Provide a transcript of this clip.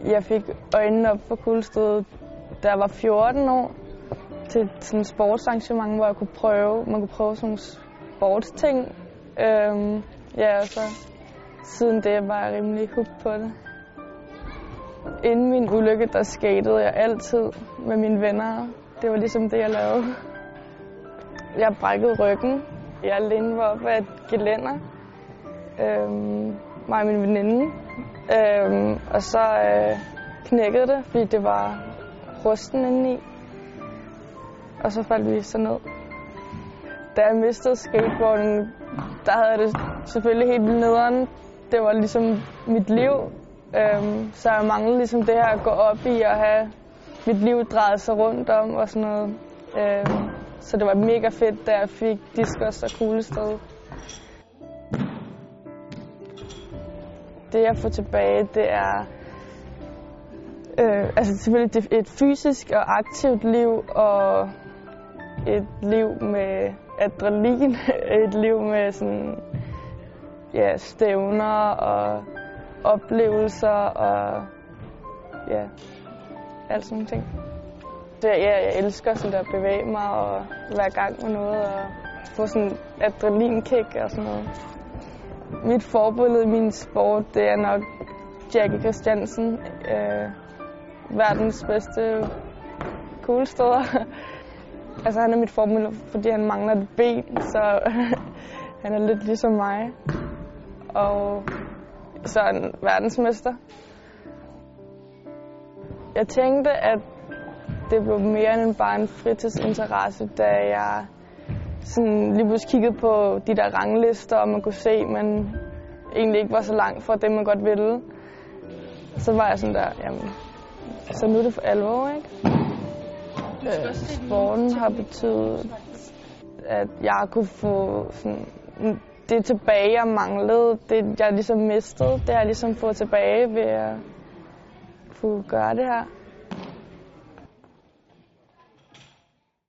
Jeg fik øjnene op for kuglestød, da jeg var 14 år, til sådan et sportsarrangement, hvor man kunne prøve sådan nogle sportsting. Ja, og så siden det var jeg rimelig hooked på det. Inden min ulykke, der skatede jeg altid med mine venner. Det var ligesom det, jeg lavede. Jeg brækkede ryggen. Jeg alene var oppe af et gelænder. Mig og min veninde. Og så knækkede det, fordi det var rusten indeni. Og så faldt vi så ned. Da jeg mistede skateboarding, der havde jeg det selvfølgelig helt vildt nederen. Det var ligesom mit liv. Så jeg manglede ligesom det her at gå op i og have mit liv drejet sig rundt om og sådan noget. Så det var mega fedt, da jeg fik diskus og kuglestød. Det jeg får tilbage, det er altså selvfølgelig et fysisk og aktivt liv og et liv med adrenalin, et liv med sådan, ja, stævner og oplevelser og ja, alt sådan nogle ting. Jeg elsker sådan at bevæge mig og være i gang med noget og få sådan adrenalinkick og sådan noget. Mit forbillede i min sport, det er nok Jackie Christiansen, verdens bedste kuglestøder. Altså han er mit forbillede, fordi han mangler et ben, så han er lidt ligesom mig. Og så er han verdensmester. Jeg tænkte, at det blev mere end bare en fritidsinteresse, da jeg sådan lige pludselig kiggede på de der ranglister, og man kunne se, at man egentlig ikke var så langt fra det, man godt ville. Så var jeg sådan der, jamen, så nu er det for alvor, ikke? Sporten har betydet, at jeg kunne få sådan, det tilbage, jeg manglede, det jeg ligesom mistede, det har jeg ligesom fået tilbage ved at kunne gøre det her.